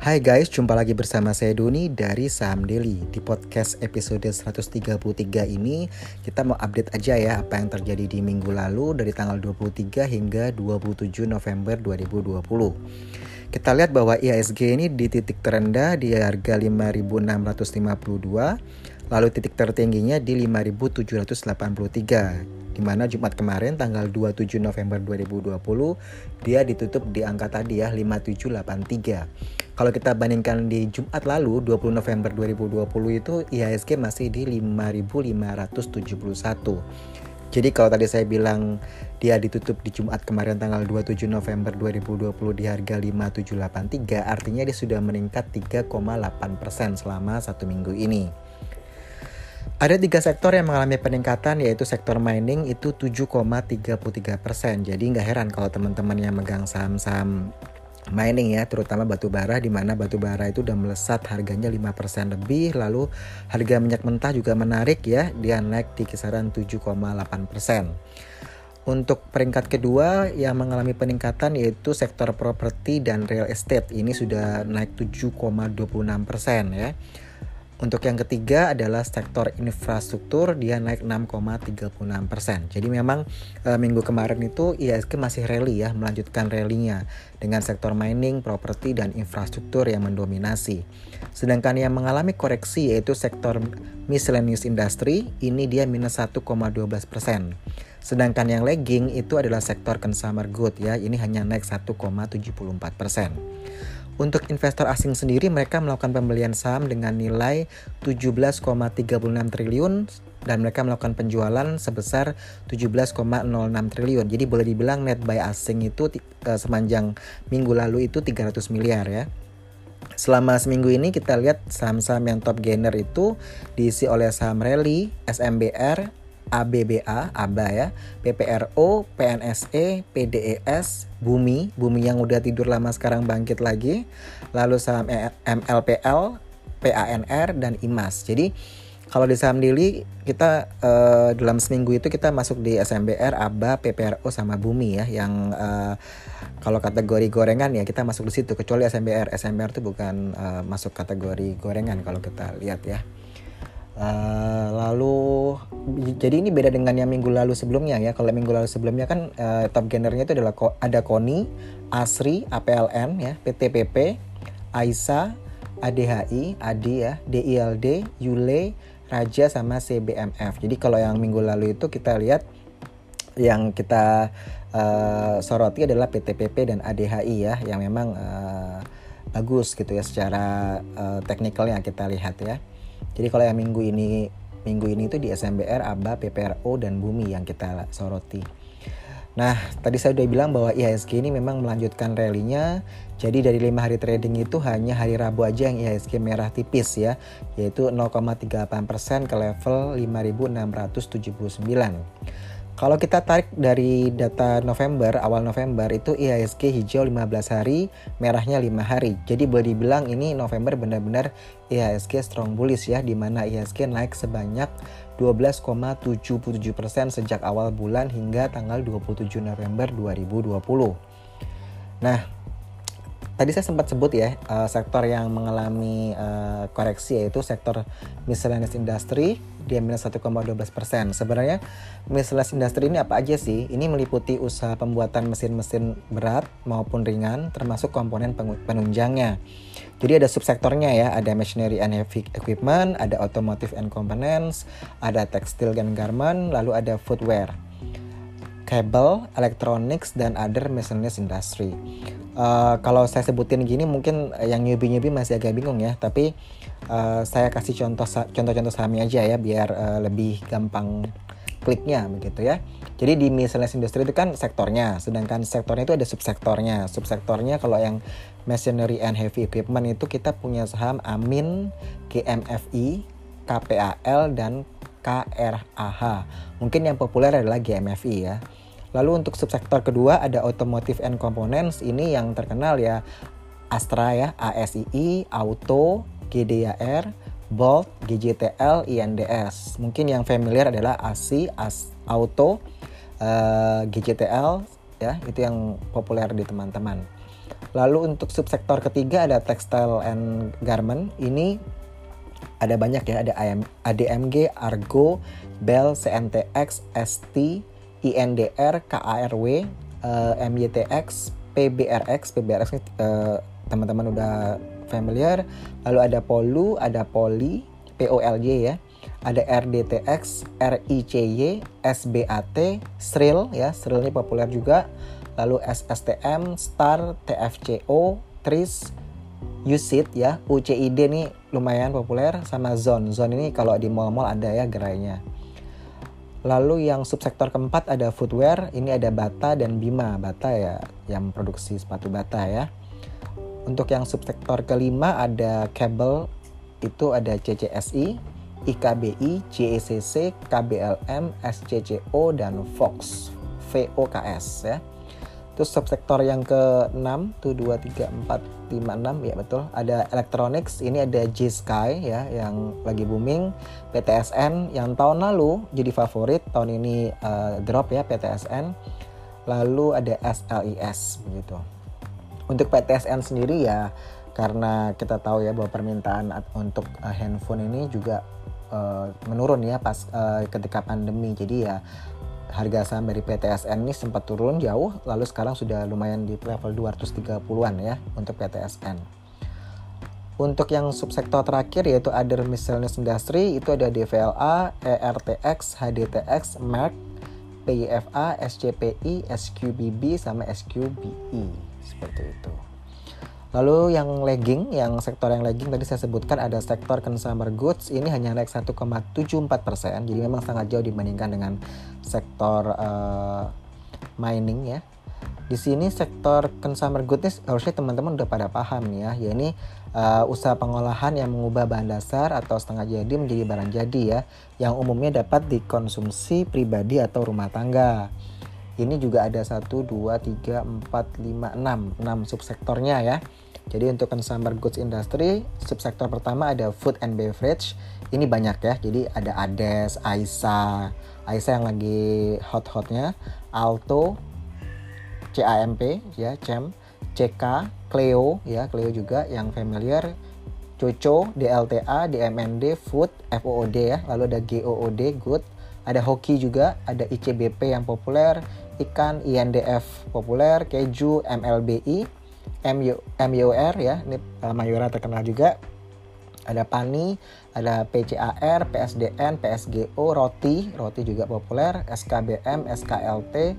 Hai guys, jumpa lagi bersama saya Doni dari Saham Daily. Di podcast episode 133 ini kita mau update aja ya apa yang terjadi di minggu lalu dari tanggal 23 hingga 27 November 2020. Kita lihat bahwa IHSG ini di titik terendah di harga 5.652, lalu titik tertingginya di 5.783. Di mana Jumat kemarin tanggal 27 November 2020 dia ditutup di angka tadi ya 5783. Kalau kita bandingkan di Jumat lalu 20 November 2020 itu IHSG masih di 5571. Jadi kalau tadi saya bilang dia ditutup di Jumat kemarin tanggal 27 November 2020 di harga 5783, artinya dia sudah meningkat 3,8% selama satu minggu ini. Ada 3 sektor yang mengalami peningkatan, yaitu sektor mining itu 7,33%. Jadi nggak heran kalau teman-teman yang megang saham-saham mining ya, terutama batu bara, di mana batu bara itu udah melesat harganya 5% lebih. Lalu harga minyak mentah juga menarik ya, dia naik di kisaran 7,8%. Untuk peringkat kedua yang mengalami peningkatan yaitu sektor properti dan real estate. Ini sudah naik 7,26% ya. Untuk yang ketiga adalah sektor infrastruktur, dia naik 6,36%. Jadi memang minggu kemarin itu IHSG masih rally ya, melanjutkan rally-nya dengan sektor mining, properti, dan infrastruktur yang mendominasi. Sedangkan yang mengalami koreksi yaitu sektor miscellaneous industry, ini dia minus 1,12%. Sedangkan yang lagging itu adalah sektor consumer good ya, ini hanya naik 1,74%. Untuk investor asing sendiri, mereka melakukan pembelian saham dengan nilai 17,36 triliun dan mereka melakukan penjualan sebesar 17,06 triliun. Jadi boleh dibilang net buy asing itu sepanjang minggu lalu itu 300 miliar ya. Selama seminggu ini kita lihat saham-saham yang top gainer itu diisi oleh saham Rally, SMBR, ABBA, ABA ya, PPRO, PNSE, PDES, Bumi yang udah tidur lama sekarang bangkit lagi, lalu saham MLPL, PANR, dan IMAS. Jadi kalau di saham daily kita dalam seminggu itu kita masuk di SMBR, ABA, PPRO, sama Bumi ya, yang kalau kategori gorengan ya kita masuk di situ, kecuali SMBR itu bukan masuk kategori gorengan kalau kita lihat ya. Lalu jadi ini beda dengan yang minggu lalu sebelumnya ya. Kalau minggu lalu sebelumnya kan top gainernya itu adalah ada KONI, ASRI, APLN ya, PTPP, AISA, ADHI, ADI ya, DILD, Yule, Raja, sama CBMF. Jadi kalau yang minggu lalu itu kita lihat yang kita soroti adalah PTPP dan ADHI ya, yang memang bagus gitu ya secara teknikalnya kita lihat ya. Jadi kalau yang minggu ini itu di SMBR, ABA, PPRO, dan Bumi yang kita soroti. Nah, tadi saya udah bilang bahwa IHSG ini memang melanjutkan rally-nya. Jadi dari 5 hari trading itu hanya hari Rabu aja yang IHSG merah tipis ya, yaitu 0,38% ke level 5.679. Kalau kita tarik dari data November, awal November itu IHSG hijau 15 hari, merahnya 5 hari. Jadi boleh dibilang ini November benar-benar IHSG strong bullish ya, di mana IHSG naik sebanyak 12,77% sejak awal bulan hingga tanggal 27 November 2020. Nah, tadi saya sempat sebut ya, sektor yang mengalami koreksi yaitu sektor miscellaneous industry, dia minus 1,12%. Sebenarnya miscellaneous industry ini apa aja sih? Ini meliputi usaha pembuatan mesin-mesin berat maupun ringan, termasuk komponen penunjangnya. Jadi ada subsektornya ya, ada machinery and heavy equipment, ada automotive and components, ada textile and garment, lalu ada footwear, cable, electronics, dan other miscellaneous industry. Kalau saya sebutin gini mungkin yang newbie masih agak bingung ya, tapi saya kasih contoh-contoh sahamnya aja ya biar lebih gampang kliknya begitu ya. Jadi di miscellaneous industry itu kan sektornya, sedangkan sektornya itu ada subsektornya. Subsektornya kalau yang machinery and heavy equipment itu kita punya saham Amin, GMFI, KPAL, dan KRAH. Mungkin yang populer adalah GMFI ya. Lalu untuk subsektor kedua ada automotive and components, ini yang terkenal ya Astra ya, ASII, Auto, GDAR, Bolt, GJTL, INDS. Mungkin yang familiar adalah ASI, Auto, GJTL ya, itu yang populer di teman-teman. Lalu untuk subsektor ketiga ada textile and garment. Ini ada banyak ya, ada ADMG, Argo, Bell, CNTX, ST, INDR, KARW, MYTX, PBRX ini teman-teman udah familiar. Lalu ada Polu, ada Poli, POLY ya. Ada RDTX, RICY, SBAT, Sril ya, Sril ini populer juga. Lalu SSTM, Star, TFCO, Tris, UCID ya, UCID nih lumayan populer, sama Zone ini kalau di mall-mall ada ya gerainya. Lalu yang subsektor keempat ada footwear, ini ada Bata dan Bima. Bata ya yang produksi sepatu Bata ya. Untuk yang subsektor kelima ada cable, itu ada CCSI, IKBI, JECC, KBLM, SCCO, dan VOKS ya. Terus subsektor yang ke-6 tuh 2, 3, 4, 5, 6 ya betul. Ada electronics, ini ada G-Sky ya yang lagi booming. PTSN yang tahun lalu jadi favorit, tahun ini drop ya PTSN. Lalu ada SLIS begitu. Untuk PTSN sendiri ya karena kita tahu ya bahwa permintaan untuk handphone ini juga menurun ya pas ketika pandemi. Jadi ya harga saham dari PTSN ini sempat turun jauh, lalu sekarang sudah lumayan di level 230-an ya untuk PTSN. Untuk yang subsektor terakhir yaitu Other Miscellaneous Industry, itu ada DVLA, ERTX, HDTX, Merck, PYFA, SCPI, SQBB, sama SQBI. Seperti itu. Lalu yang sektor yang lagging tadi saya sebutkan ada sektor consumer goods, ini hanya naik 1,74%, jadi memang sangat jauh dibandingkan dengan sektor mining ya. Di sini sektor consumer goods ini harusnya teman-teman udah pada paham ya, ini usaha pengolahan yang mengubah bahan dasar atau setengah jadi menjadi barang jadi ya, yang umumnya dapat dikonsumsi pribadi atau rumah tangga. Ini juga ada 1, 2, 3, 4, 5, 6 subsektornya ya. Jadi untuk consumer goods industry, subsektor pertama ada food and beverage. Ini banyak ya. Jadi ada Ades, Aisa yang lagi hot-hotnya, Alto, CAMP ya, CEM, CK, Cleo ya, Cleo juga yang familiar, Coco, DLTA, DMND, Food, FOOD ya. Lalu ada GOOD, Good. Ada Hoki juga, ada ICBP yang populer, Ikan, INDF populer, Keju, MLBI, MYOR ya, ini Mayora terkenal juga. Ada Pani, ada PCAR, PSDN, PSGO, Roti juga populer, SKBM, SKLT,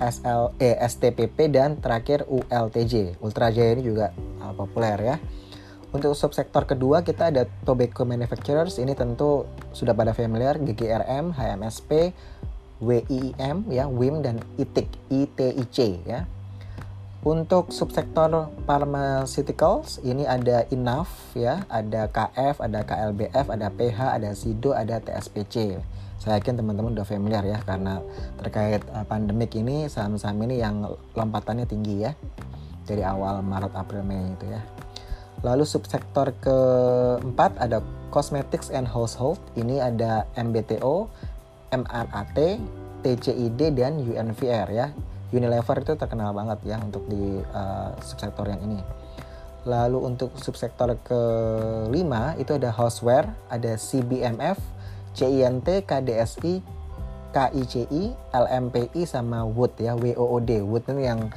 STPP, dan terakhir ULTJ. Ultrajaya ini juga populer ya. Untuk subsektor kedua kita ada tobacco manufacturers, ini tentu sudah pada familiar, GGRM, HMSP, WIIM ya, WIM, dan ITIC ya. Untuk subsektor pharmaceuticals ini ada Inaf ya, ada KF, ada KLBF, ada PH, ada SIDO, ada TSPC. Saya yakin teman-teman udah familiar ya karena terkait pandemik ini saham-saham ini yang lompatannya tinggi ya dari awal Maret, April, Mei itu ya. Lalu subsektor keempat ada cosmetics and household. Ini ada MBTO, MRAT, TCID, dan UNVR ya. Unilever itu terkenal banget ya untuk di subsektor yang ini. Lalu untuk subsektor kelima itu ada houseware, ada CBMF, CINT, KDSI, KICI, LMPI, sama Wood ya, WOOD. Wood ini yang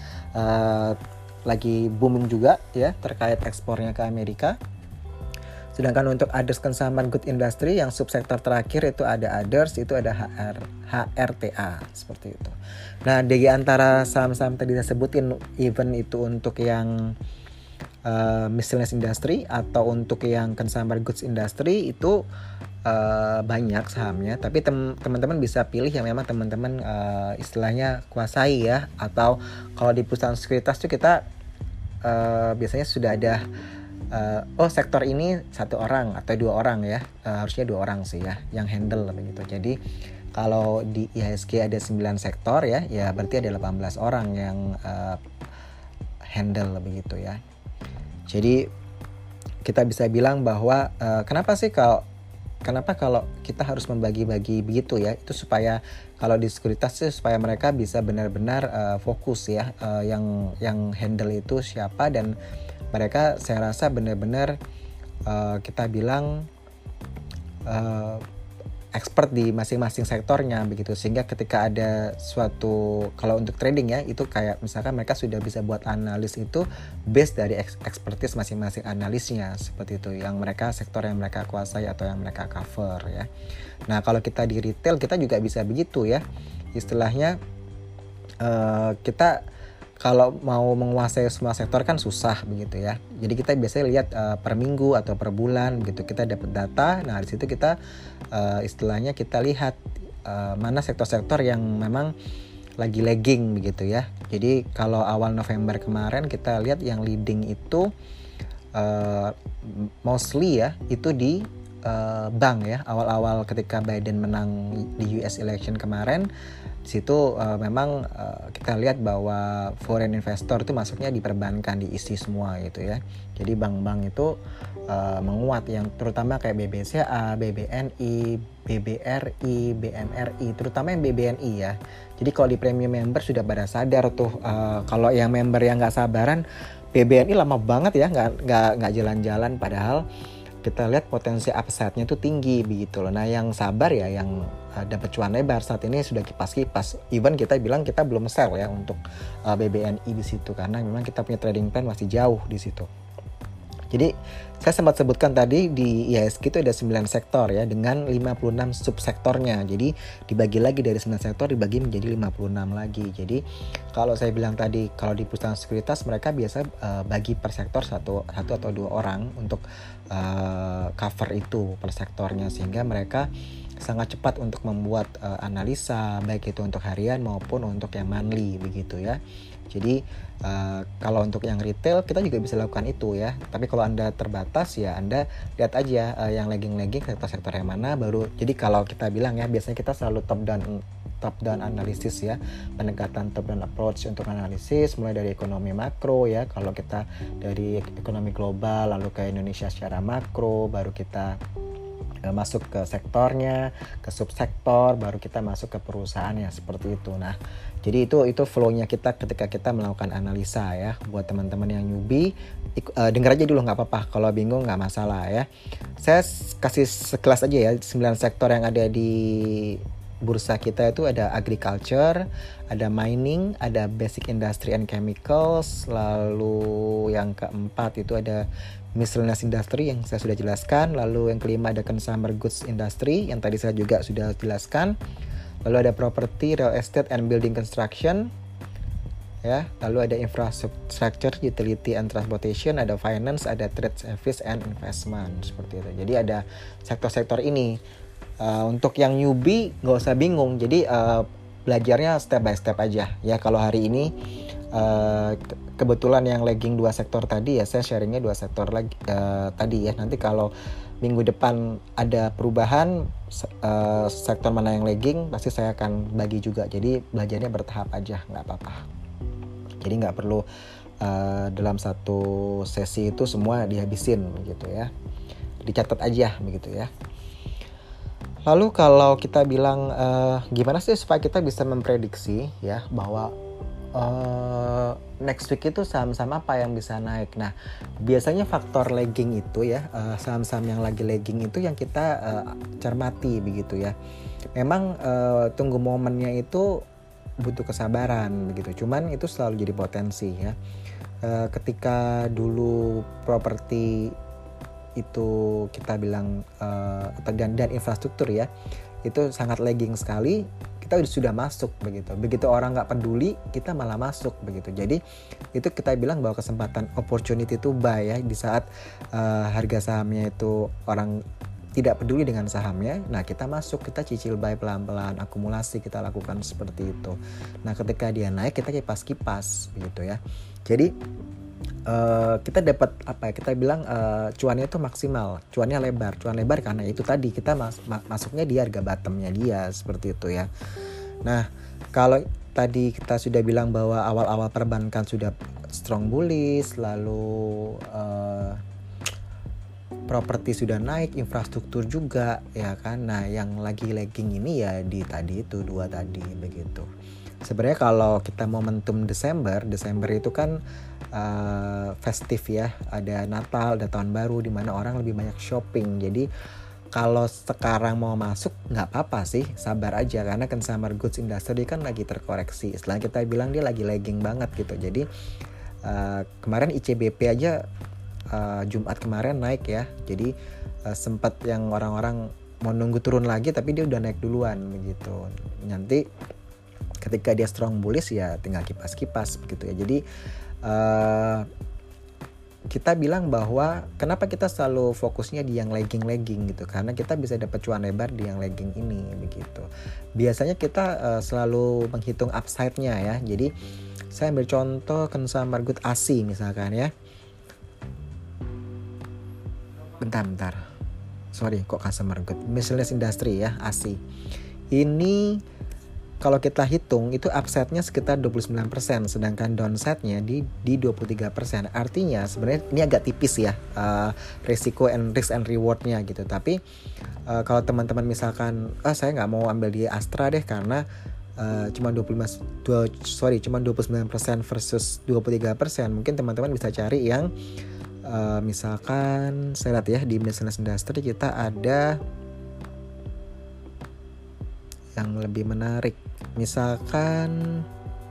lagi booming juga ya terkait ekspornya ke Amerika. Sedangkan untuk others consumer good industry yang subsektor terakhir itu ada others, itu ada HRTA seperti itu. Nah, dari antara saham-saham tadi saya sebutin, even itu untuk yang miscellaneous industry atau untuk yang consumer goods industry itu banyak sahamnya, tapi teman-teman bisa pilih yang memang teman-teman istilahnya kuasai ya, atau kalau di perusahaan sekuritas itu kita biasanya sudah ada sektor ini 1 orang atau 2 orang ya, harusnya 2 orang sih ya yang handle begitu. Jadi kalau di IHSG ada 9 sektor ya berarti ada 18 orang yang handle begitu ya. Jadi kita bisa bilang bahwa kenapa sih kalau kenapa kalau kita harus membagi-bagi begitu ya, itu supaya kalau di sekuritas itu supaya mereka bisa benar-benar fokus ya, yang handle itu siapa, dan mereka saya rasa benar-benar kita bilang expert di masing-masing sektornya begitu, sehingga ketika ada suatu, kalau untuk trading ya, itu kayak misalkan mereka sudah bisa buat analis itu based dari expertise masing-masing analisnya, seperti itu, yang mereka sektor yang mereka kuasai atau yang mereka cover ya. Nah kalau kita di retail kita juga bisa begitu ya, istilahnya kita kalau mau menguasai semua sektor kan susah begitu ya. Jadi kita biasanya lihat per minggu atau per bulan gitu, kita dapat data. Nah di situ kita istilahnya kita lihat mana sektor-sektor yang memang lagi lagging begitu ya. Jadi kalau awal November kemarin kita lihat yang leading itu mostly ya itu di bank ya. Awal-awal ketika Biden menang di US election kemarin, di situ memang kita lihat bahwa foreign investor itu masuknya di perbankan, diisi semua gitu ya. Jadi bank-bank itu menguat, yang terutama kayak BBCA, BBNI, BBRI, BMRI, terutama yang BBNI ya. Jadi kalau di premium member sudah pada sadar tuh, kalau yang member yang nggak sabaran, BBNI lama banget ya nggak jalan-jalan, padahal kita lihat potensi upside-nya itu tinggi begitu loh. Nah yang sabar ya, yang dapat cuan lebar saat ini sudah kipas-kipas. Even kita bilang kita belum sell ya untuk BBNI di situ, karena memang kita punya trading plan masih jauh di situ. Jadi saya sempat sebutkan tadi di IHSG itu ada 9 sektor ya, dengan 56 subsektornya. Jadi dibagi lagi dari 9 sektor dibagi menjadi 56 lagi. Jadi kalau saya bilang tadi, kalau di perusahaan sekuritas mereka biasa bagi per sektor satu atau 2 orang untuk cover itu per sektornya, sehingga mereka sangat cepat untuk membuat analisa, baik itu untuk harian maupun untuk yang monthly begitu ya. Jadi kalau untuk yang retail kita juga bisa lakukan itu ya. Tapi kalau Anda terbatas ya Anda lihat aja yang lagging sektor-sektor yang mana baru. Jadi kalau kita bilang ya, biasanya kita selalu top down analisis ya, pendekatan top down approach untuk analisis mulai dari ekonomi makro ya. Kalau kita dari ekonomi global lalu ke Indonesia secara makro, baru kita masuk ke sektornya, ke subsektor, baru kita masuk ke perusahaannya, seperti itu. Nah, jadi itu flow-nya kita ketika kita melakukan analisa ya. Buat teman-teman yang newbie, dengar aja dulu nggak apa-apa. Kalau bingung nggak masalah ya. Saya kasih sekelas aja ya, 9 sektor yang ada di bursa kita itu ada agriculture, ada mining, ada basic industry and chemicals, lalu yang keempat itu ada miscellaneous industry yang saya sudah jelaskan, lalu yang kelima ada consumer goods industry yang tadi saya juga sudah jelaskan, lalu ada property, real estate and building construction ya, lalu ada infrastructure, utility and transportation, ada finance, ada trade service and investment, seperti itu. Jadi ada sektor-sektor ini. Untuk yang newbie nggak usah bingung, jadi belajarnya step by step aja ya. Kalau hari ini kebetulan yang lagging 2 sektor tadi ya, saya sharingnya 2 sektor lagi tadi ya. Nanti kalau minggu depan ada perubahan sektor mana yang lagging, pasti saya akan bagi juga. Jadi belajarnya bertahap aja, nggak apa-apa. Jadi nggak perlu dalam satu sesi itu semua dihabisin gitu ya. Dicatat aja begitu ya. Lalu kalau kita bilang gimana sih supaya kita bisa memprediksi ya bahwa next week itu saham-saham apa yang bisa naik. Nah biasanya faktor lagging itu ya, saham-saham yang lagi lagging itu yang kita cermati begitu ya. Memang tunggu momennya itu butuh kesabaran begitu. Cuman itu selalu jadi potensi ya. Ketika dulu properti itu kita bilang dan infrastruktur ya, itu sangat lagging sekali, kita sudah masuk begitu orang nggak peduli kita malah masuk begitu. Jadi itu kita bilang bahwa kesempatan opportunity to buy ya, di saat harga sahamnya itu orang tidak peduli dengan sahamnya, nah kita masuk, kita cicil buy pelan-pelan, akumulasi kita lakukan seperti itu. Nah ketika dia naik kita kipas-kipas begitu ya. Jadi kita dapat apa ya, kita bilang cuannya itu maksimal, cuan lebar karena itu tadi kita masuknya di harga bottomnya dia, seperti itu ya. Nah kalau tadi kita sudah bilang bahwa awal-awal perbankan sudah strong bullish, lalu properti sudah naik, infrastruktur juga ya kan. Nah yang lagi lagging ini ya di tadi itu dua tadi begitu. Sebenarnya kalau kita momentum Desember itu kan festif ya, ada Natal, ada Tahun Baru di mana orang lebih banyak shopping. Jadi kalau sekarang mau masuk nggak apa-apa sih, sabar aja karena consumer goods industry kan lagi terkoreksi. Setelah kita bilang dia lagi lagging banget gitu. Jadi kemarin ICBP aja Jumat kemarin naik ya. Jadi sempat yang orang-orang mau nunggu turun lagi tapi dia udah naik duluan begitu. Nanti ketika dia strong bullish ya tinggal kipas-kipas begitu ya. Jadi kita bilang bahwa kenapa kita selalu fokusnya di yang lagging gitu, karena kita bisa dapat cuan lebar di yang lagging ini begitu. Biasanya kita selalu menghitung upside-nya ya. Jadi saya ambil contoh consumer good ASI misalkan ya. Bentar. Sorry kok consumer good, miscellaneous industry ya, ASI. Ini kalau kita hitung itu upside-nya sekitar 29%, sedangkan downside-nya di 23%. Artinya sebenarnya ini agak tipis ya risiko and risk and reward-nya gitu. Tapi kalau teman-teman misalkan saya nggak mau ambil di Astra deh karena cuma 29% versus 23%. Mungkin teman-teman bisa cari yang misalkan saya lihat ya di business industry kita ada yang lebih menarik, misalkan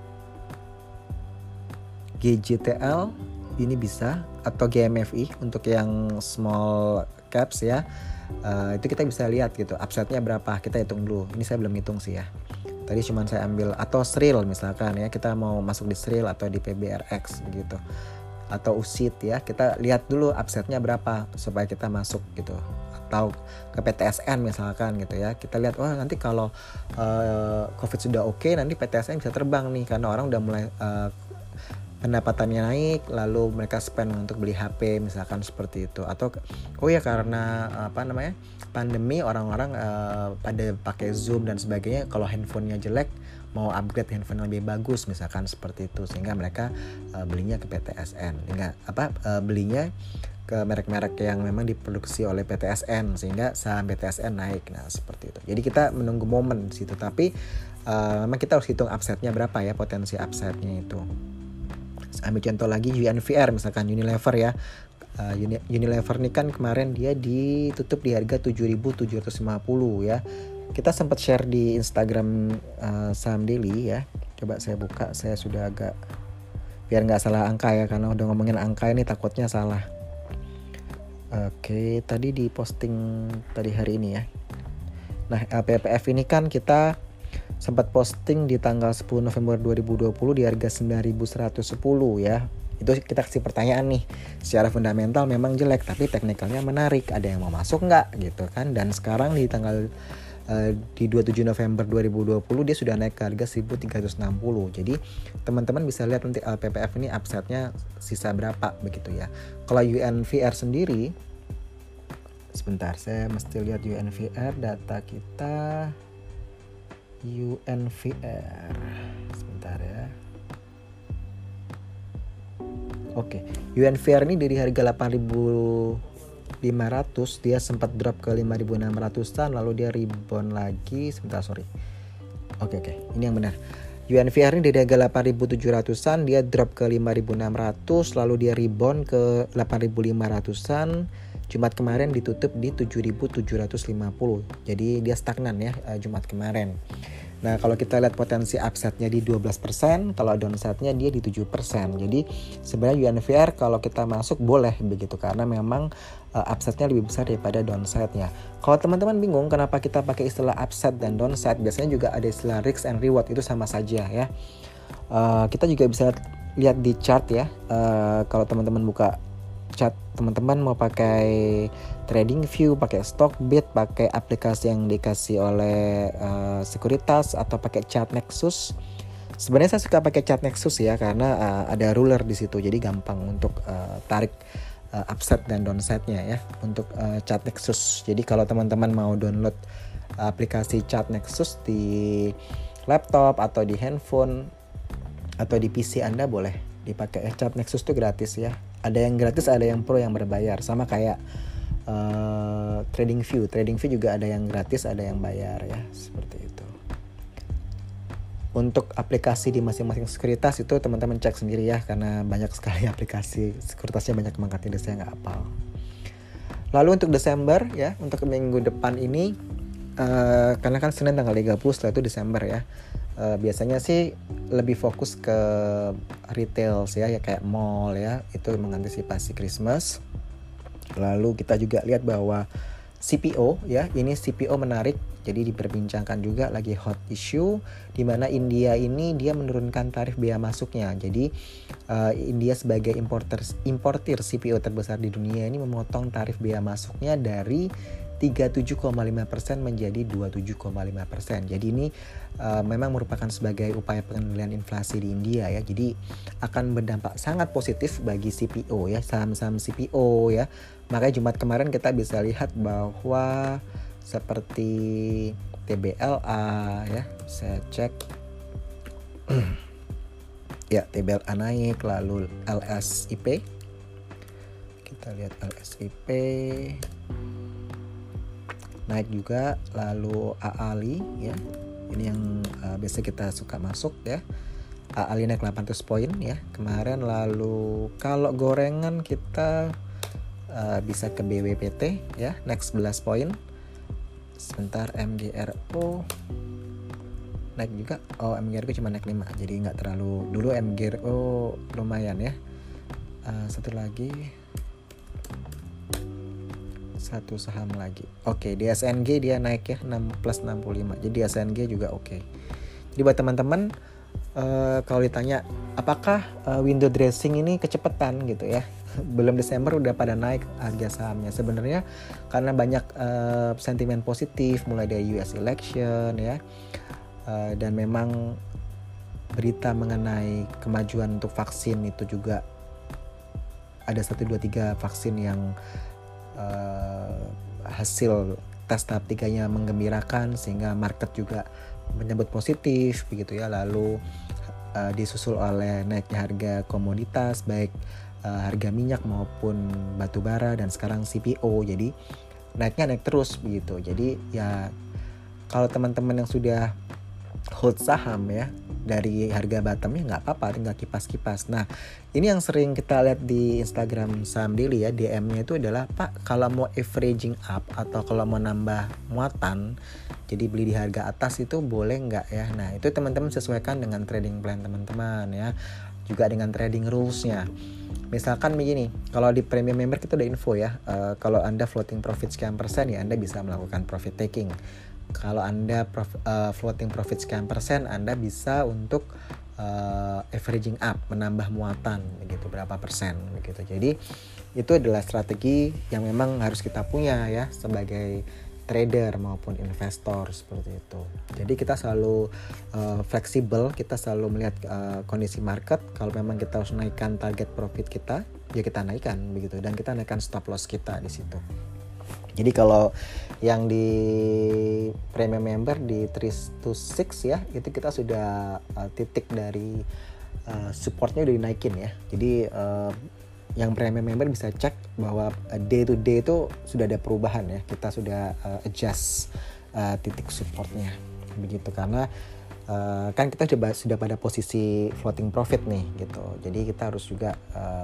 GJTL ini bisa, atau GMFI untuk yang small caps ya. Itu kita bisa lihat gitu upside-nya berapa, kita hitung dulu. Ini saya belum hitung sih ya, tadi cuma saya ambil. Atau SRIL misalkan ya, kita mau masuk di SRIL atau di PBRX gitu, atau USIT ya, kita lihat dulu upside-nya berapa supaya kita masuk gitu. Atau ke PTSN misalkan gitu ya, kita lihat wah nanti kalau COVID sudah oke, nanti PTSN bisa terbang nih karena orang udah mulai pendapatannya naik, lalu mereka spend untuk beli HP misalkan seperti itu. Atau karena pandemi orang-orang pada pakai Zoom dan sebagainya, kalau handphonenya jelek mau upgrade handphone yang lebih bagus misalkan seperti itu, sehingga mereka belinya ke PTSN, belinya ke merek-merek yang memang diproduksi oleh PTSN sehingga saham PTSN naik. Nah seperti itu. Jadi kita menunggu momen di situ, tapi memang kita harus hitung upside-nya berapa ya, potensi upside-nya itu. Ambil contoh lagi UNVR misalkan, Unilever ya. Unilever ini kan kemarin dia ditutup di harga 7.750 ya. Kita sempat share di Instagram Saham Daily ya. Coba saya buka, saya sudah agak biar nggak salah angka ya, karena udah ngomongin angka ini takutnya salah. Oke, tadi di posting tadi hari ini ya. Nah, LPPF ini kan kita sempat posting di tanggal 10 November 2020 di harga 9.110 ya. Itu kita kasih pertanyaan nih, secara fundamental memang jelek tapi teknikalnya menarik, ada yang mau masuk nggak gitu kan. Dan sekarang di tanggal di 27 November 2020 dia sudah naik ke harga 1.360. Jadi teman-teman bisa lihat nanti LPPF ini upside-nya sisa berapa begitu ya. Kalau UNVR sendiri, sebentar saya mesti lihat UNVR, data kita UNVR sebentar ya. Oke, UNVR ini dari harga 8.500 dia sempat drop ke 5.600-an, lalu dia rebound lagi. Oke, ini yang benar. UNVR ini dari harga 8.700-an dia drop ke 5.600, lalu dia rebound ke 8.500-an. Jumat kemarin ditutup di 7.750. Jadi dia stagnan ya Jumat kemarin. Nah, kalau kita lihat potensi upside-nya di 12%, kalau downside-nya dia di 7%. Jadi sebenarnya UNVR kalau kita masuk boleh begitu, karena memang upside-nya lebih besar daripada downside-nya. Kalau teman-teman bingung kenapa kita pakai istilah upside dan downside, biasanya juga ada istilah risk and reward, itu sama saja ya. Kita juga bisa lihat di chart ya. Kalau teman-teman buka chat, teman-teman mau pakai TradingView, pakai Stockbit, pakai aplikasi yang dikasih oleh sekuritas, atau pakai Chartnexus. Sebenarnya saya suka pakai Chartnexus ya, karena ada ruler di situ, jadi gampang untuk tarik upside dan downside-nya ya untuk Chartnexus. Jadi kalau teman-teman mau download aplikasi Chartnexus di laptop atau di handphone atau di PC Anda, boleh dipakai. Chartnexus itu gratis ya. Ada yang gratis, ada yang pro yang berbayar. Sama kayak Trading View juga ada yang gratis, ada yang bayar ya, seperti itu. Untuk aplikasi di masing-masing sekuritas itu teman-teman cek sendiri ya, karena banyak sekali aplikasi sekuritasnya, banyak banget ini saya nggak hafal. Lalu untuk Desember ya, untuk minggu depan ini karena kan Senin tanggal 30 setelah itu Desember ya, biasanya sih lebih fokus ke retail ya kayak mall ya, itu mengantisipasi Christmas. Lalu kita juga lihat bahwa CPO ya, ini CPO menarik, jadi diperbincangkan juga, lagi hot issue di mana India ini dia menurunkan tarif bea masuknya. Jadi India sebagai importir CPO terbesar di dunia ini memotong tarif bea masuknya dari 37,5% menjadi 27,5%. Jadi ini memang merupakan sebagai upaya pengendalian inflasi di India ya. Jadi akan berdampak sangat positif bagi CPO ya, saham-saham CPO ya. Makanya Jumat kemarin kita bisa lihat bahwa seperti TBLA ya, saya cek ya, TBLA naik, lalu LSIP, kita lihat LSIP naik juga, lalu AALI ya, ini yang biasa kita suka masuk ya, AALI naik 800 poin ya kemarin. Lalu kalau gorengan kita bisa ke BWPT ya, naik 11 poin. Sebentar, MGRO naik juga, MGRO cuma naik 5, jadi nggak terlalu, dulu MGRO lumayan ya. Satu lagi, satu saham lagi. Oke, DSNG dia naik ya, 6 plus 65. Jadi DSNG juga oke. Jadi buat teman-teman kalau ditanya apakah window dressing ini kecepatan gitu ya, belum Desember udah pada naik harga sahamnya. Sebenarnya karena banyak sentimen positif mulai dari US election ya, dan memang berita mengenai kemajuan untuk vaksin itu juga ada 1, 2, 3 vaksin yang hasil tes tahap 3-nya menggembirakan, sehingga market juga menyambut positif begitu ya. Lalu disusul oleh naiknya harga komoditas, baik harga minyak maupun batu bara, dan sekarang CPO. Jadi naik terus begitu. Jadi ya kalau teman-teman yang sudah hold saham ya dari harga bottomnya nggak apa-apa, tinggal kipas-kipas. Nah ini yang sering kita lihat di Instagram Saham Daily ya, DM-nya itu adalah, Pak kalau mau averaging up atau kalau mau nambah muatan, jadi beli di harga atas itu boleh nggak ya. Nah itu teman-teman sesuaikan dengan trading plan teman-teman ya, juga dengan trading rules-nya. Misalkan begini, kalau di premium member kita udah info ya, kalau Anda floating profit sekian persen ya Anda bisa melakukan profit taking. Kalau Anda floating profit sekian persen, Anda bisa untuk averaging up, menambah muatan begitu, berapa persen begitu. Jadi itu adalah strategi yang memang harus kita punya ya sebagai trader maupun investor, seperti itu. Jadi kita selalu fleksibel, kita selalu melihat kondisi market. Kalau memang kita harus naikkan target profit kita, ya kita naikkan begitu, dan kita naikkan stop loss kita di situ. Jadi kalau yang di premium member di 3 to 6 ya, itu kita sudah titik dari supportnya udah dinaikin ya. Jadi yang premium member bisa cek bahwa day to day itu sudah ada perubahan ya, kita sudah adjust titik supportnya begitu, karena kan kita sudah pada posisi floating profit nih gitu. Jadi kita harus juga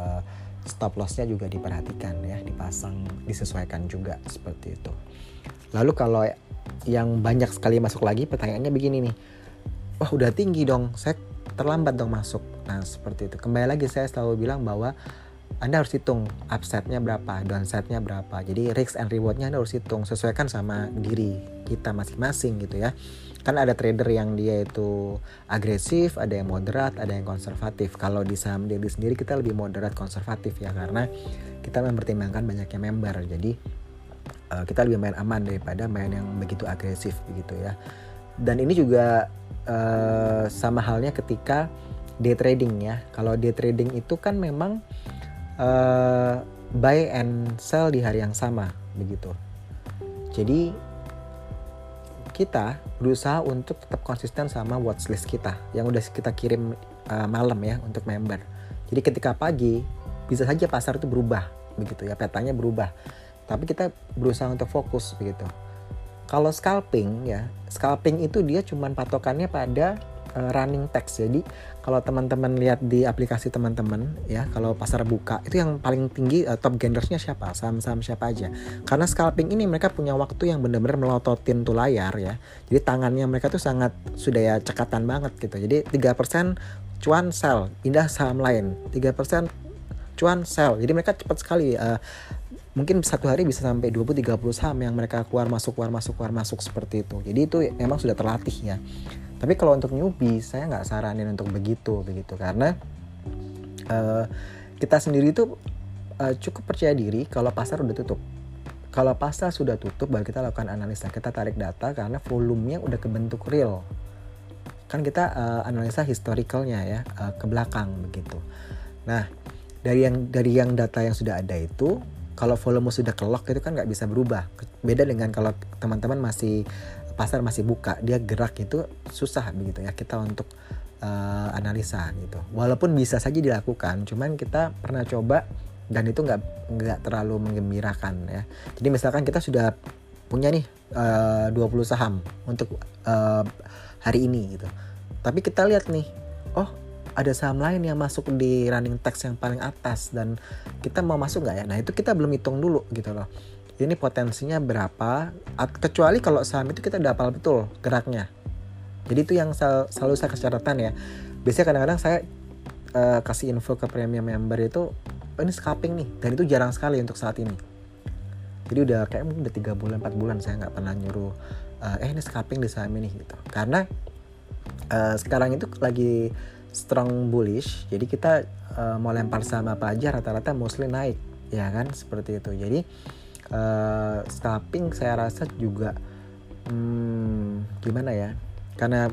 stop loss-nya juga diperhatikan ya, dipasang, disesuaikan juga seperti itu. Lalu kalau yang banyak sekali masuk lagi, pertanyaannya begini nih, wah udah tinggi dong, saya terlambat dong masuk. Nah seperti itu, kembali lagi saya selalu bilang bahwa Anda harus hitung upside-nya berapa, downside-nya berapa. Jadi risk and reward-nya Anda harus hitung, sesuaikan sama diri kita masing-masing gitu ya. Kan ada trader yang dia itu agresif, ada yang moderat, ada yang konservatif. Kalau di Saham Daily sendiri kita lebih moderat konservatif ya, karena kita mempertimbangkan banyaknya member. Jadi kita lebih main aman daripada main yang begitu agresif begitu ya. Dan ini juga sama halnya ketika day trading ya. Kalau day trading itu kan memang buy and sell di hari yang sama begitu. Jadi kita berusaha untuk tetap konsisten sama watchlist kita yang udah kita kirim malam ya untuk member. Jadi ketika pagi bisa saja pasar itu berubah begitu ya, petanya berubah. tapi kita berusaha untuk fokus begitu. Kalau scalping ya, scalping itu dia cuman patokannya pada running text. Jadi kalau teman-teman lihat di aplikasi teman-teman ya, kalau pasar buka itu yang paling tinggi top gainersnya siapa, saham-saham siapa aja. Karena scalping ini mereka punya waktu yang benar-benar melototin tuh layar ya. Jadi tangannya mereka tuh sangat sudah ya cekatan banget gitu. Jadi 3% cuan sell, pindah saham lain. 3% cuan sell. Jadi mereka cepat sekali. Mungkin satu hari bisa sampai 20-30 saham yang mereka keluar masuk seperti itu. Jadi itu memang sudah terlatih ya. Tapi kalau untuk newbie saya nggak saranin untuk begitu karena kita sendiri itu cukup percaya diri kalau pasar udah tutup. Kalau pasar sudah tutup baru kita lakukan analisa, kita tarik data karena volumenya udah kebentuk real. Kan kita analisa historicalnya ya ke belakang begitu. Nah dari yang data yang sudah ada itu, kalau volume sudah kelok itu kan nggak bisa berubah. Beda dengan kalau teman-teman pasar masih buka, dia gerak itu susah begitu ya kita untuk analisa gitu. Walaupun bisa saja dilakukan, cuman kita pernah coba dan itu nggak terlalu menggembirakan ya. Jadi misalkan kita sudah punya nih 20 saham untuk hari ini gitu. Tapi kita lihat nih, oh ada saham lain yang masuk di running text yang paling atas dan kita mau masuk nggak ya? Nah itu kita belum hitung dulu gitu loh. Ini potensinya berapa? Kecuali kalau saham itu kita udah hafal betul geraknya. Jadi itu yang selalu saya kasih catatan ya. Biasanya kadang-kadang saya kasih info ke premium member itu, oh, ini scalping nih, dan itu jarang sekali untuk saat ini. Jadi udah 3 bulan 4 bulan saya nggak pernah nyuruh ini scalping di saham ini gitu. Karena sekarang itu lagi strong bullish, jadi kita mau lempar saham apa aja rata-rata mostly naik ya kan, seperti itu. Jadi scalping saya rasa juga gimana ya, karena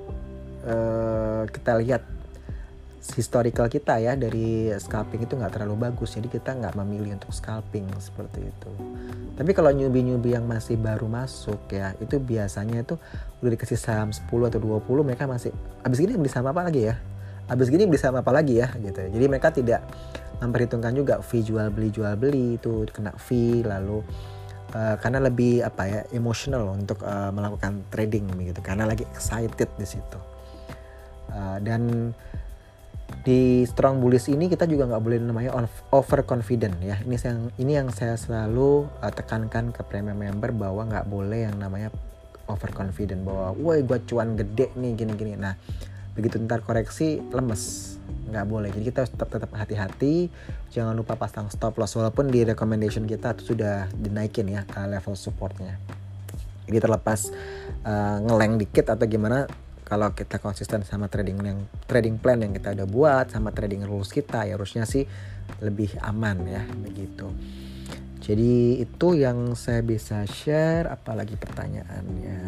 kita lihat historical kita ya dari scalping itu nggak terlalu bagus, jadi kita nggak memilih untuk scalping seperti itu. Tapi kalau newbie yang masih baru masuk ya, itu biasanya itu udah dikasih saham 10 atau 20 mereka masih abis gini beli saham apa lagi ya, gitu. Jadi mereka tidak memperhitungkan juga fee jual beli itu kena fee, lalu karena lebih emotional untuk melakukan trading begitu, karena lagi excited di situ. Dan di strong bullish ini kita juga nggak boleh namanya over confident ya. Ini yang saya selalu tekankan ke premium member, bahwa nggak boleh yang namanya over confident bahwa woi gue cuan gede nih gini-gini. Nah begitu ntar koreksi lemes, nggak boleh. Jadi kita tetap hati-hati, jangan lupa pasang stop loss walaupun di recommendation kita itu sudah dinaikin ya level supportnya. Jadi terlepas ngeleng dikit atau gimana, kalau kita konsisten sama trading plan yang kita udah buat, sama trading rules kita, ya harusnya sih lebih aman ya begitu. Jadi itu yang saya bisa share. Apalagi pertanyaannya?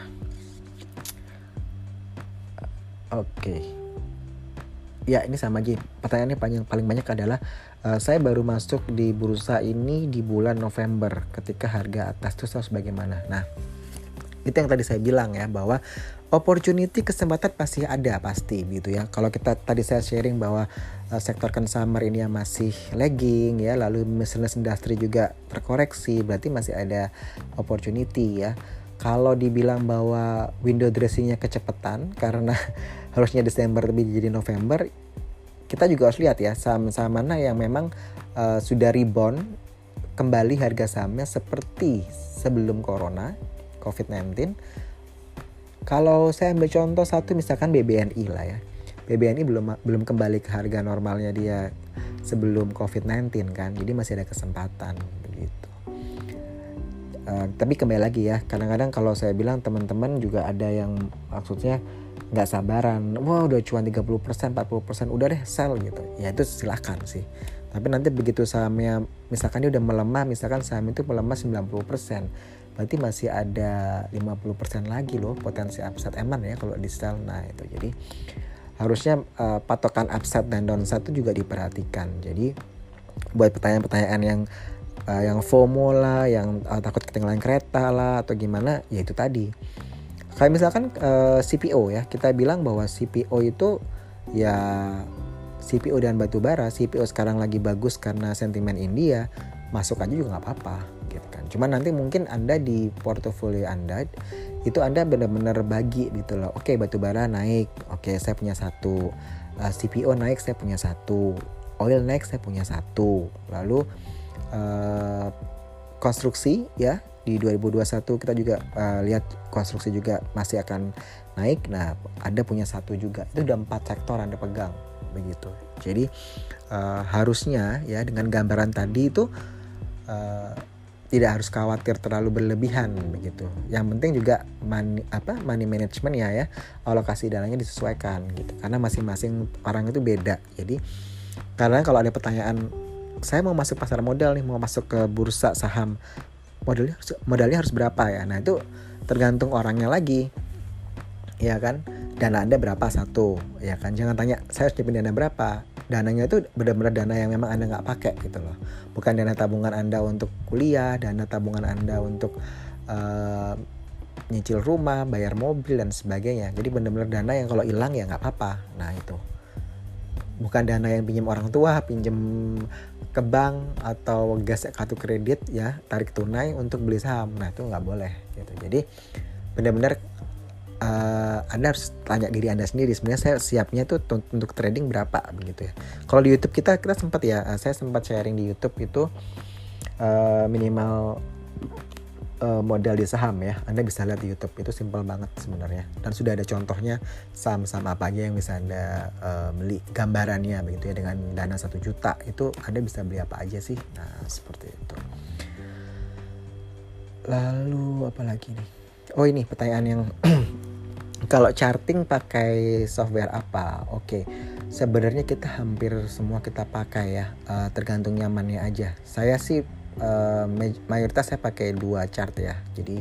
Oke. Ya ini sama aja. Pertanyaannya paling banyak adalah saya baru masuk di bursa ini di bulan November, ketika harga atas itu harus bagaimana? Nah itu yang tadi saya bilang ya, bahwa opportunity, kesempatan pasti ada pasti gitu ya. Kalau kita tadi saya sharing bahwa sektor consumer ini yang masih lagging ya, lalu miscellaneous industry juga terkoreksi, berarti masih ada opportunity ya. Kalau dibilang bahwa window dressingnya kecepatan karena harusnya Desember tapi jadi November, kita juga harus lihat ya saham-saham mana yang memang sudah rebound kembali harga sahamnya seperti sebelum corona COVID-19. Kalau saya ambil contoh satu, misalkan BBNI lah ya. BBNI belum kembali ke harga normalnya dia sebelum COVID-19 kan. Jadi masih ada kesempatan begitu. Tapi kembali lagi ya, kadang-kadang kalau saya bilang teman-teman juga ada yang maksudnya nggak sabaran. Wah udah cuan 30%, 40%, udah deh sell gitu. Ya itu silakan sih. Tapi nanti begitu sahamnya misalkan dia udah melemah, misalkan saham itu melemah 90%. Berarti masih ada 50% lagi loh potensi upside eman ya kalau di sell. Nah itu jadi harusnya patokan upside dan downside itu juga diperhatikan. Jadi buat pertanyaan-pertanyaan yang FOMO lah, yang takut ketinggalan kereta lah atau gimana, ya itu tadi. Kayak misalkan CPO ya, kita bilang bahwa CPO itu ya CPO dan batubara. CPO sekarang lagi bagus karena sentimen India. masuk aja juga nggak apa-apa gitu kan. Cuman nanti mungkin Anda di portofolio Anda itu Anda benar-benar bagi gitu loh. Oke, batubara naik, oke saya punya satu, CPO naik saya punya satu, oil naik saya punya satu, lalu konstruksi ya di 2021 kita juga lihat konstruksi juga masih akan naik. Nah, Anda punya satu juga, itu udah 4 sektor Anda pegang begitu. Jadi harusnya ya dengan gambaran tadi itu tidak harus khawatir terlalu berlebihan begitu. Yang penting juga money management ya, alokasi dananya disesuaikan gitu. Karena masing-masing orang itu beda. Jadi karena kalau ada pertanyaan, saya mau masuk pasar modal nih, mau masuk ke bursa saham, modalnya harus berapa ya? Nah, itu tergantung orangnya lagi. Ya kan? Dana Anda berapa satu, ya kan? Jangan tanya saya harus nyiapin dana berapa. Dananya itu benar-benar dana yang memang Anda nggak pakai gitu loh. Bukan dana tabungan Anda untuk kuliah, dana tabungan Anda untuk nyicil rumah, bayar mobil dan sebagainya. Jadi benar-benar dana yang kalau hilang ya nggak apa-apa. Nah itu bukan dana yang pinjam orang tua, pinjam ke bank atau gas kartu kredit ya, tarik tunai untuk beli saham. Nah itu nggak boleh gitu. Jadi benar-benar Anda harus tanya diri Anda sendiri, sebenarnya saya siapnya tuh untuk trading berapa begitu ya. Kalau di YouTube kita sempat ya, saya sempat sharing di YouTube itu minimal modal di saham ya. Anda bisa lihat di YouTube, itu simple banget sebenarnya. Dan sudah ada contohnya saham-saham apa aja yang bisa Anda beli, gambarannya begitu ya. Dengan dana 1 juta itu Anda bisa beli apa aja sih. Nah seperti itu. Lalu apa lagi nih? Oh ini pertanyaan yang kalau charting pakai software apa? Oke, sebenarnya kita hampir semua kita pakai ya, tergantung nyamannya aja. Saya sih mayoritas saya pakai 2 chart ya. Jadi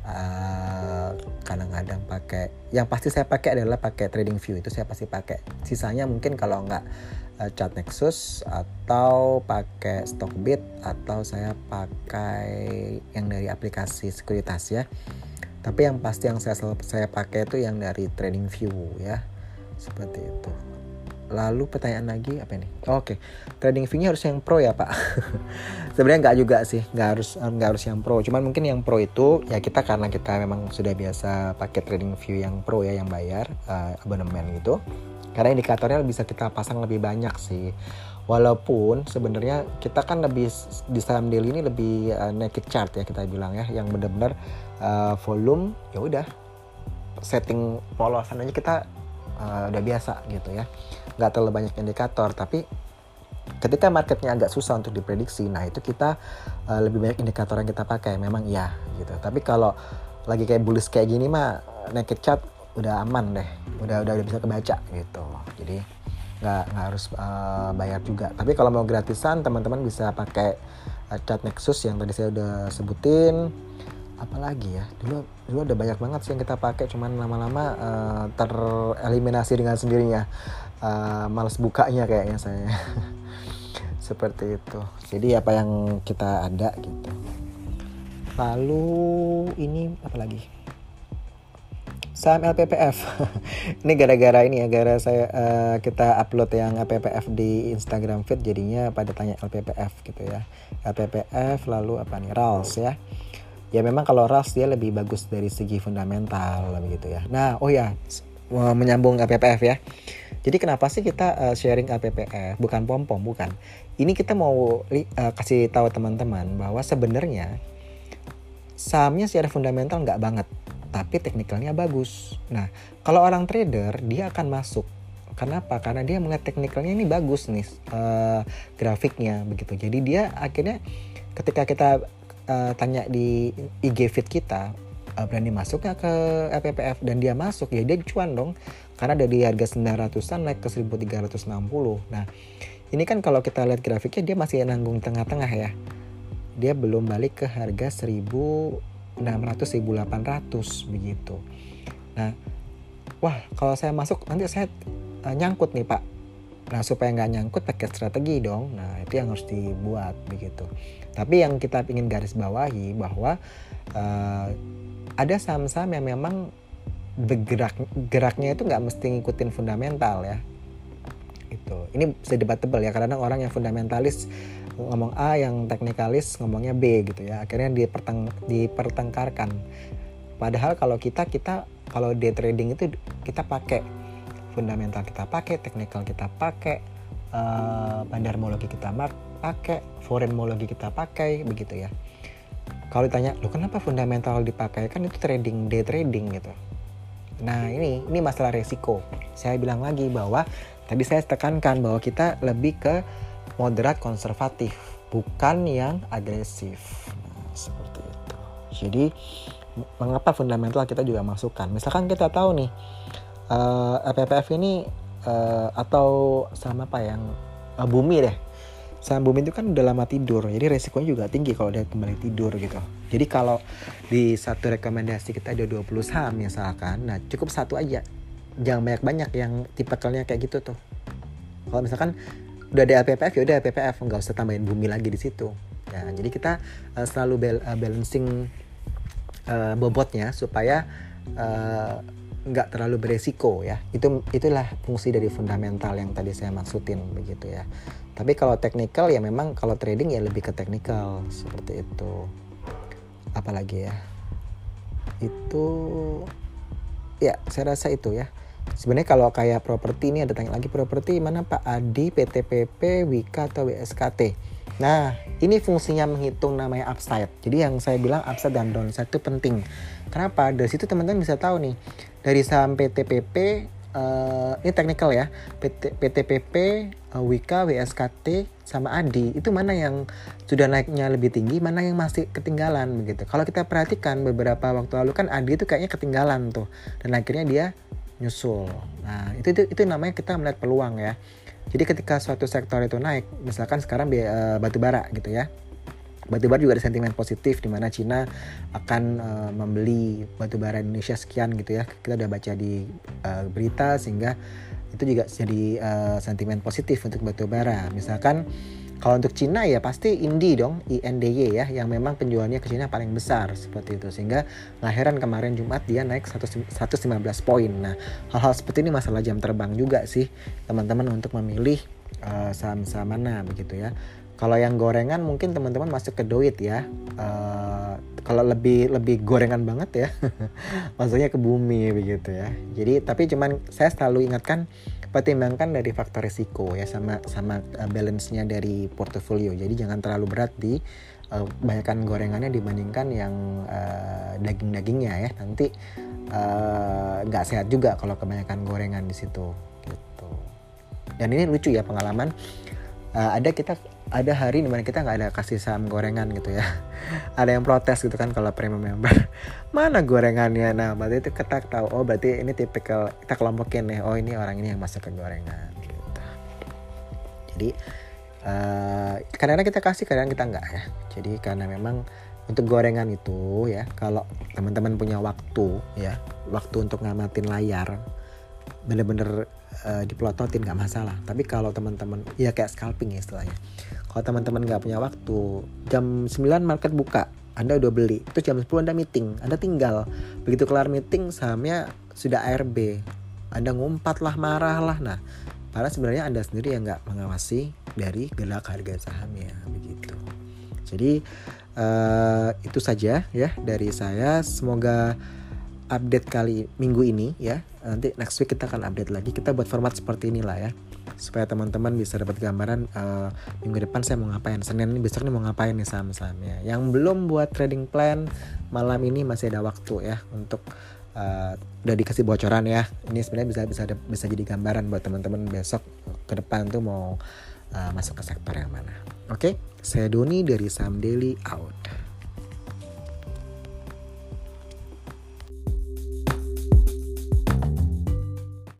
kadang-kadang pakai, yang pasti saya pakai adalah pakai TradingView, itu saya pasti pakai. Sisanya mungkin kalau nggak chart Nexus atau pakai Stockbit atau saya pakai yang dari aplikasi sekuritas ya. Tapi yang pasti yang saya pakai itu yang dari TradingView ya, seperti itu. Lalu pertanyaan lagi apa nih? Oke, TradingView-nya harus yang pro ya Pak? Sebenarnya nggak juga sih, nggak harus yang pro. Cuman mungkin yang pro itu ya kita karena kita memang sudah biasa pakai TradingView yang pro ya, yang bayar abonemen gitu. Karena indikatornya bisa kita pasang lebih banyak sih. Walaupun sebenarnya kita kan lebih di saham daily ini lebih naked chart ya kita bilang ya, yang benar-benar volume ya udah setting polosan aja kita udah biasa gitu ya, nggak terlalu banyak indikator. Tapi ketika marketnya agak susah untuk diprediksi, nah itu kita lebih banyak indikator yang kita pakai memang ya gitu. Tapi kalau lagi kayak bullish kayak gini mah naked chart udah aman deh, udah bisa kebaca gitu. Jadi nggak harus bayar juga. Tapi kalau mau gratisan teman-teman bisa pakai chart Nexus yang tadi saya udah sebutin. Apalagi ya, dulu udah banyak banget sih yang kita pakai, cuman lama-lama tereliminasi dengan sendirinya, males bukanya kayaknya saya. Seperti itu. Jadi apa yang kita ada gitu. Lalu ini apa lagi? Saham LPPF. Ini gara-gara ini ya, gara saya kita upload yang LPPF di Instagram feed, jadinya pada tanya LPPF gitu ya. LPPF lalu apa nih? RALS ya. Ya memang kalau RALS dia lebih bagus dari segi fundamental begitu ya. Nah, oh ya, menyambung LPPF ya. Jadi kenapa sih kita sharing LPPF? Bukan pom-pom, bukan. Ini kita mau kasih tahu teman-teman bahwa sebenarnya sahamnya secara fundamental nggak banget, tapi teknikalnya bagus. Nah, kalau orang trader dia akan masuk. Kenapa? Karena dia melihat teknikalnya ini bagus nih, grafiknya begitu. Jadi dia akhirnya ketika kita tanya di IG feed kita, berani masuk nggak ke LPPF, dan dia masuk ya dia cuan dong, karena dari harga 900-an naik ke 1360. Nah ini kan kalau kita lihat grafiknya dia masih nanggung tengah-tengah ya, dia belum balik ke harga 1600-1800 begitu. Nah wah kalau saya masuk nanti saya nyangkut nih Pak. Nah supaya nggak nyangkut pakai strategi dong. Nah itu yang harus dibuat begitu. Tapi yang kita ingin garis bawahi bahwa ada saham-saham yang memang geraknya itu nggak mesti ngikutin fundamental ya. Itu. Ini bisa debatable ya, karena orang yang fundamentalis ngomong A, yang teknikalis ngomongnya B gitu ya. Akhirnya dipertengkarkan. Padahal kalau kita kalau day trading itu kita pakai fundamental, kita pakai teknikal, kita pakai bandarmologi, kita pakai foreignomologi, kita pakai begitu ya. Kalau ditanya, loh kenapa fundamental dipakai? Kan itu trading, day trading gitu. Nah ini masalah resiko. Saya bilang lagi bahwa tadi saya tekankan bahwa kita lebih ke moderat konservatif, bukan yang agresif. Nah, seperti itu. Jadi mengapa fundamental kita juga masukkan? Misalkan kita tahu nih LPPF ini atau sama apa yang bumi deh. Saham bumi itu kan udah lama tidur, jadi resikonya juga tinggi kalau dia kembali tidur gitu. Jadi kalau di satu rekomendasi kita ada 20 saham misalkan, nah cukup satu aja. Jangan banyak-banyak yang tipikalnya kayak gitu tuh. Kalau misalkan udah ada LPPF ya udah LPPF, nggak usah tambahin bumi lagi di situ. Ya, jadi kita selalu balancing bobotnya supaya nggak terlalu beresiko ya. Itulah fungsi dari fundamental yang tadi saya maksudin begitu ya. Tapi kalau technical ya memang kalau trading ya lebih ke technical seperti itu. Apalagi ya, itu ya saya rasa itu ya. Sebenarnya kalau kayak properti ini ada tanya lagi, properti mana Pak Adi, PTPP, Wika atau WSKT. Nah ini fungsinya menghitung namanya upside. Jadi yang saya bilang upside dan downside itu penting. Kenapa? Dari situ teman-teman bisa tahu nih, dari saham PTPP ini technical ya, PTPP, Wika, WSKT sama Adi itu mana yang sudah naiknya lebih tinggi, mana yang masih ketinggalan begitu. Kalau kita perhatikan beberapa waktu lalu kan Adi itu kayaknya ketinggalan tuh, dan akhirnya dia nyusul. Nah itu namanya kita melihat peluang ya. Jadi ketika suatu sektor itu naik, misalkan sekarang batu bara gitu ya, batu bara juga ada sentimen positif di mana Cina akan membeli batu bara Indonesia sekian gitu ya. Kita udah baca di berita, sehingga itu juga jadi sentimen positif untuk batu bara. Misalkan kalau untuk Cina ya pasti INDY dong, INDY ya, yang memang penjualannya ke Cina paling besar seperti itu. Sehingga nggak heran kemarin Jumat dia naik 115 poin. Nah hal-hal seperti ini masalah jam terbang juga sih teman-teman untuk memilih saham-saham mana begitu ya. Kalau yang gorengan mungkin teman-teman masuk ke duit ya. Kalau lebih gorengan banget ya, masuknya ke bumi begitu ya. Jadi tapi cuman saya selalu ingatkan, pertimbangkan dari faktor risiko ya, sama balance-nya dari portofolio. Jadi jangan terlalu berat di banyakkan gorengannya dibandingkan yang daging-dagingnya ya. Nanti nggak sehat juga kalau kebanyakan gorengan di situ gitu. Dan ini lucu ya pengalaman. Ada hari dimana kita nggak ada kasih saham gorengan gitu ya. Ada yang protes gitu kan kalau premium member, mana gorengannya. Nah berarti itu kita tahu, oh berarti ini tipikal, kita kelompokin nih, oh ini orang ini yang masuk ke gorengan gitu. Jadi kadang-kadang kita kasih, kadang kita enggak ya. Jadi karena memang untuk gorengan itu ya, kalau teman-teman punya waktu ya, waktu untuk ngamatin layar, bener-bener dipelototin nggak masalah. Tapi kalau teman-teman ya kayak scalping ya istilahnya, kalau teman-teman nggak punya waktu, jam 9 market buka, Anda udah beli, itu jam 10 Anda meeting, Anda tinggal, begitu kelar meeting sahamnya sudah ARB, Anda ngumpat lah, marah lah. Nah padahal sebenarnya Anda sendiri yang nggak mengawasi dari gerak harga sahamnya begitu. Jadi itu saja ya dari saya. Semoga update kali minggu ini ya, nanti next week kita akan update lagi. Kita buat format seperti inilah ya, supaya teman-teman bisa dapat gambaran minggu depan saya mau ngapain, Senin ini besok ini mau ngapain nih saham-sahamnya. Yang belum buat trading plan, malam ini masih ada waktu ya untuk udah dikasih bocoran ya. Ini sebenarnya bisa jadi gambaran buat teman-teman besok ke depan tuh mau masuk ke sektor yang mana. Oke, saya Doni dari Saham Daily out.